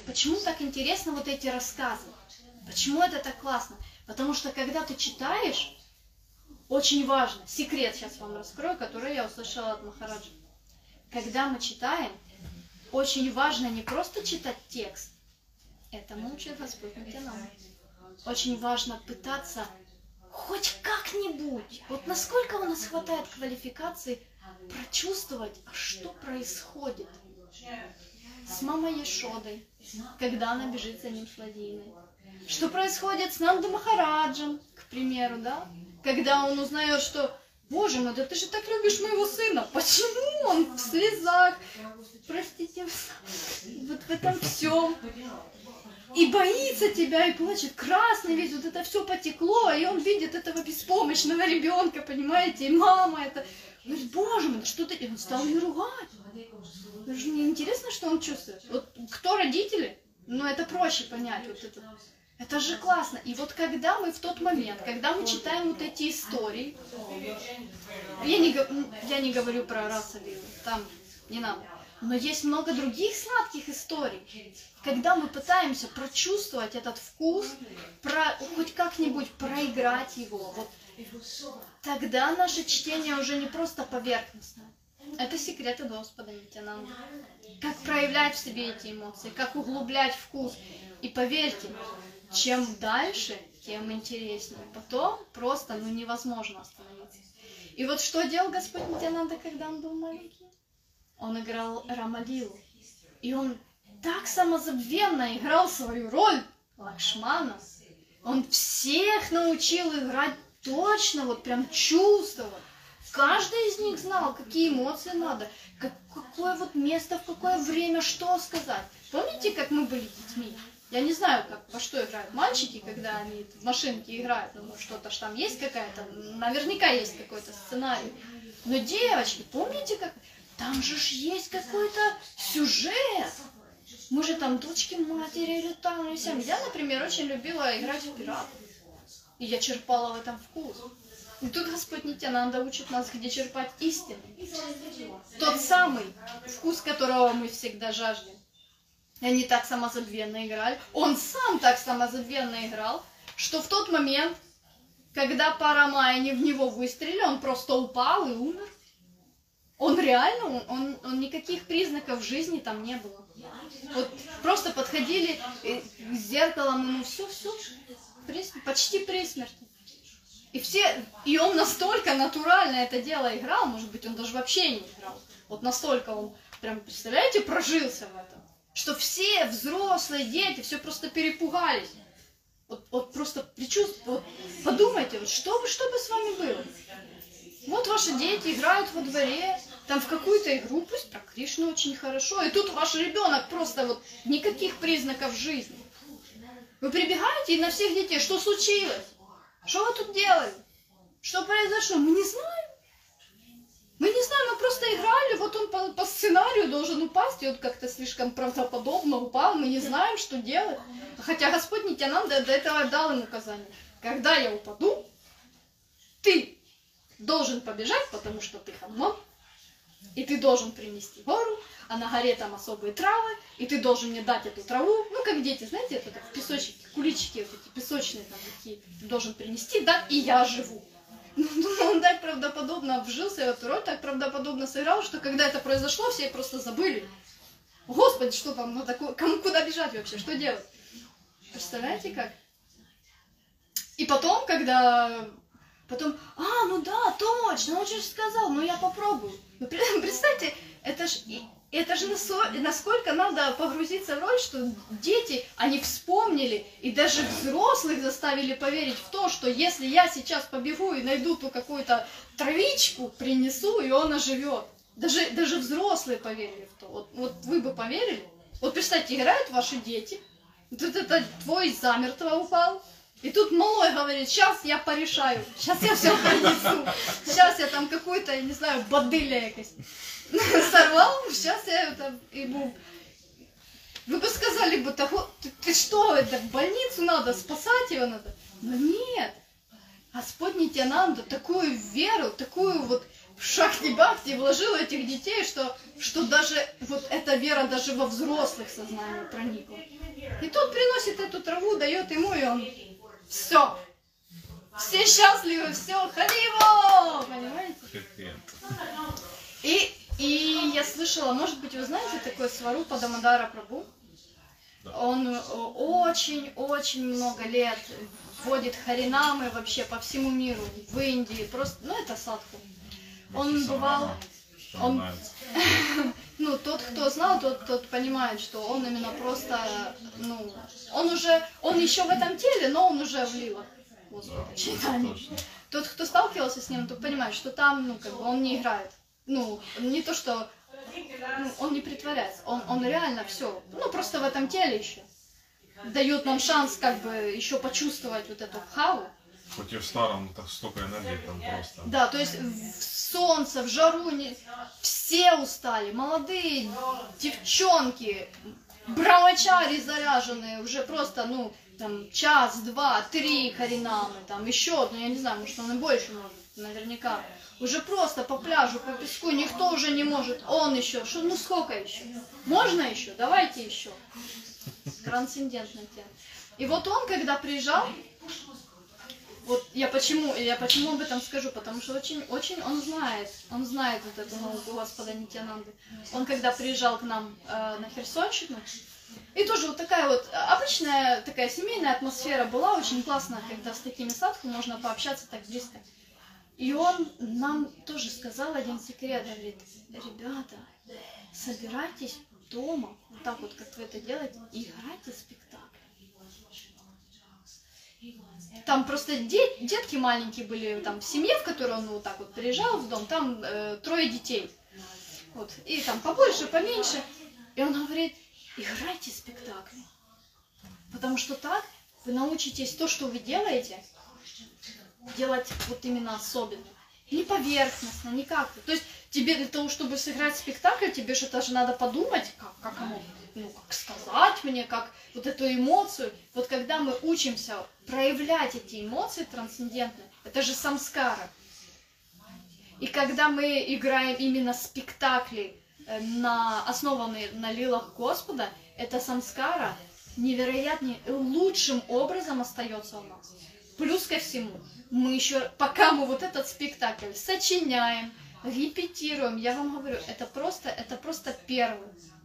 почему так интересно вот эти рассказы? Почему это так классно? Потому что когда ты читаешь, очень важно, секрет сейчас вам раскрою, который я услышала от Махараджа. Когда мы читаем, очень важно не просто читать текст, этому учит Господь Нитьянанда. Очень важно пытаться хоть как-нибудь, вот насколько у нас хватает квалификации, прочувствовать, а что происходит с мамой Яшодой, когда она бежит за ним с ладьиной. Что происходит с Нанда Махараджем, к примеру, да? Когда он узнает, что, боже мой, да ты же так любишь моего сына, почему он в слезах, простите, вот в этом всем, и боится тебя, и плачет, красный весь, вот это все потекло, и он видит этого беспомощного ребенка, понимаете, и мама это, он говорит, боже мой, что ты, и он стал ее ругать. Мне интересно, что он чувствует. Вот кто родители, ну это проще понять, вот это же классно. И вот когда мы в тот момент, когда мы читаем вот эти истории, я не говорю про Расавилу, там не надо, но есть много других сладких историй, когда мы пытаемся прочувствовать этот вкус, хоть как-нибудь проиграть его, вот, тогда наше чтение уже не просто поверхностное. Это секреты Господа Нитьянанды. Как проявлять в себе эти эмоции, как углублять вкус. И поверьте, чем дальше, тем интереснее. Потом просто невозможно остановиться. И вот что делал Господь Нитьянанда, когда он был маленький? Он играл Рамалилу. И он так самозабвенно играл свою роль Лакшмана. Он всех научил играть точно, вот прям чувствовать. Каждый из них знал, какие эмоции надо, какое вот место, в какое время, что сказать. Помните, как мы были детьми? Я не знаю, во что играют мальчики, когда они в машинке играют. Ну, что-то ж там есть какая-то, наверняка есть какой-то сценарий. Но девочки, помните, как там же есть какой-то сюжет. Мы же там дочки матери или там, или сям. Я, например, очень любила играть в пиратов. И я черпала в этом вкус. И тут Господь Нитьянанда учит нас, где черпать истину. Тот самый вкус, которого мы всегда жаждем. И они так самозабвенно играли. Он сам так самозабвенно играл, что в тот момент, когда Парамайни в него выстрелил, он просто упал и умер. Он реально, он никаких признаков жизни там не было. Вот просто подходили с зеркалом, ему все, почти при смерти. И он настолько натурально это дело играл, может быть, он даже вообще не играл. Вот настолько он, прям, представляете, прожился в этом. Что все взрослые, дети, все просто перепугались. Вот просто предчувствуйте, вот подумайте, вот что бы с вами было? Вот ваши дети играют во дворе, там в какую-то игру, пусть про Кришну очень хорошо, и тут ваш ребенок просто вот никаких признаков жизни. Вы прибегаете и на всех детей, что случилось? Что вы тут делали? Что произошло? Мы не знаем. Мы не знаем, мы просто играли, вот он по сценарию должен упасть, и он как-то слишком правдоподобно упал, мы не знаем, что делать. Хотя Господь Нитьянанда до этого дал им указание. Когда я упаду, ты должен побежать, потому что ты Хануман, и ты должен принести гору, а на горе там особые травы, и ты должен мне дать эту траву, ну как дети, знаете, это так, песочки, куличики вот эти песочные там такие, ты должен принести, да, и я живу. Он так правдоподобно вжился в эту роль, так правдоподобно сыграл, что когда это произошло, все просто забыли. Господи, что там, ну такое, кому куда бежать вообще, что делать? Представляете как? И потом, ну да, точно, он же сказал, ну я попробую. Ну, представьте, это же насколько надо погрузиться в роль, что дети, они вспомнили, и даже взрослых заставили поверить в то, что если я сейчас побегу и найду ту какую-то травичку, принесу, и он оживет. Даже взрослые поверили в то. Вот вы бы поверили? Вот представьте, играют ваши дети, тут это твой замертво упал, и тут малой говорит, сейчас я порешаю, сейчас я все принесу, сейчас я там какую-то, я не знаю, бадыля якось сорвал, сейчас я это ему... Вы бы сказали бы, ты что, это в больницу надо, спасать его надо. Но нет, Господь Нитьянанда такую веру, такую вот шахти-бахти вложила этих детей, что даже вот эта вера даже во взрослых сознание проникла. И тот приносит эту траву, дает ему, и он все. Все счастливы, все, халиво! Понимаете? И я слышала, может быть, вы знаете такой Сварупа Дамодара Прабху? Он очень-очень много лет вводит харинамы вообще по всему миру, в Индии, просто, это садху. Он бывал, тот, кто знал, тот понимает, что он именно просто, он еще в этом теле, но он уже в лилах. Тот, кто сталкивался с ним, тот понимает, что там, он не играет. Не то, что он не притворяется, он реально все, просто в этом теле еще. Дает нам шанс еще почувствовать вот эту хаву. Хоть и в старом столько энергии там просто. Да, то есть в солнце, в жару все устали, молодые девчонки, брамачари заряженные, уже просто, час, два, 3 харинамы, еще одну, я не знаю, может он и больше может, наверняка. Уже просто по пляжу, по песку, никто уже не может, он еще, сколько еще? Можно еще? Давайте еще. Трансцендентная тема. И вот он, когда приезжал, вот я почему об этом скажу, потому что очень он знает вот эту науку Господа Нитьянанды. Он когда приезжал к нам на Херсонщину, и тоже вот такая вот обычная такая семейная атмосфера была, очень классно, когда с такими садху можно пообщаться так близко. И он нам тоже сказал один секрет, говорит: ребята, собирайтесь дома, вот так вот, как вы это делаете, и играйте спектакль. Там просто детки маленькие были, там в семье, в которой он вот так вот приезжал в дом, там 3 детей. Вот, и там побольше, поменьше. И он говорит: играйте спектакли. Потому что так вы научитесь то, что вы делаете, делать вот именно особенно. Не поверхностно, не как-то. То есть тебе для того, чтобы сыграть спектакль, тебе же даже надо подумать, как сказать мне, как вот эту эмоцию. Вот когда мы учимся проявлять эти эмоции трансцендентные, это же самскара. И когда мы играем именно спектакли, основанные на лилах Господа, эта самскара невероятно лучшим образом остается у нас. Плюс ко всему, мы еще, пока мы вот этот спектакль сочиняем, репетируем, я вам говорю, это просто первый.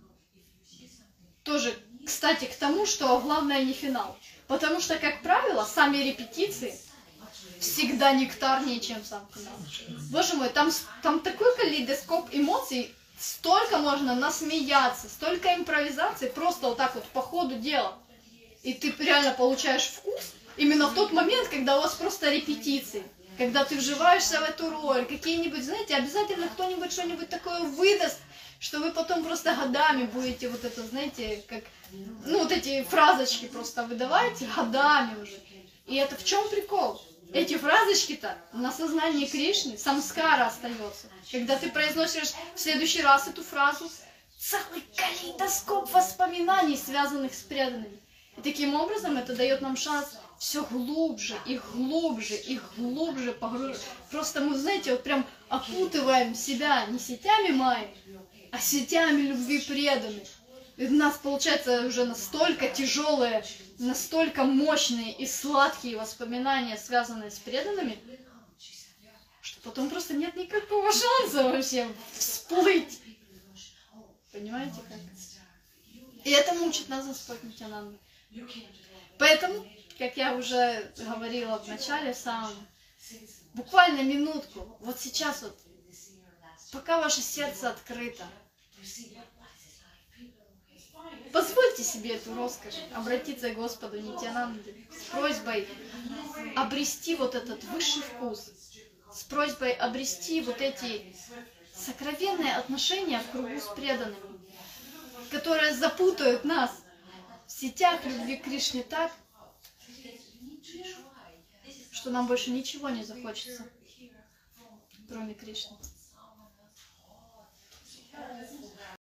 Тоже, кстати, к тому, что главное не финал. Потому что, как правило, сами репетиции всегда нектарнее, чем сам финал. Боже мой, там такой калейдоскоп эмоций, столько можно насмеяться, столько импровизаций, просто вот так вот по ходу дела. И ты реально получаешь вкус именно в тот момент, когда у вас просто репетиции. Когда ты вживаешься в эту роль, какие-нибудь, знаете, обязательно кто-нибудь что-нибудь такое выдаст, что вы потом просто годами будете вот это, знаете, как, вот эти фразочки просто выдаваете годами уже. И это в чем прикол? Эти фразочки-то на сознании Кришны, самскара остается. Когда ты произносишь в следующий раз эту фразу, целый калейдоскоп воспоминаний, связанных с преданными. И таким образом это дает нам шанс все глубже и глубже и глубже погружать. Просто мы, знаете, вот прям окутываем себя не сетями майи, а сетями любви преданных. И у нас получается уже настолько тяжелые, настолько мощные и сладкие воспоминания, связанные с преданными, что потом просто нет никакого шанса вообще всплыть. Понимаете как? И этому учит нас Господь Нитьянанда. Поэтому, как я уже говорила в начале самом, буквально минутку, вот сейчас вот, пока ваше сердце открыто, позвольте себе эту роскошь обратиться к Господу Нитьянанде с просьбой обрести вот этот высший вкус, с просьбой обрести вот эти сокровенные отношения в кругу с преданными, которые запутают нас в сетях любви к Кришне так, что нам больше ничего не захочется, кроме Кришны.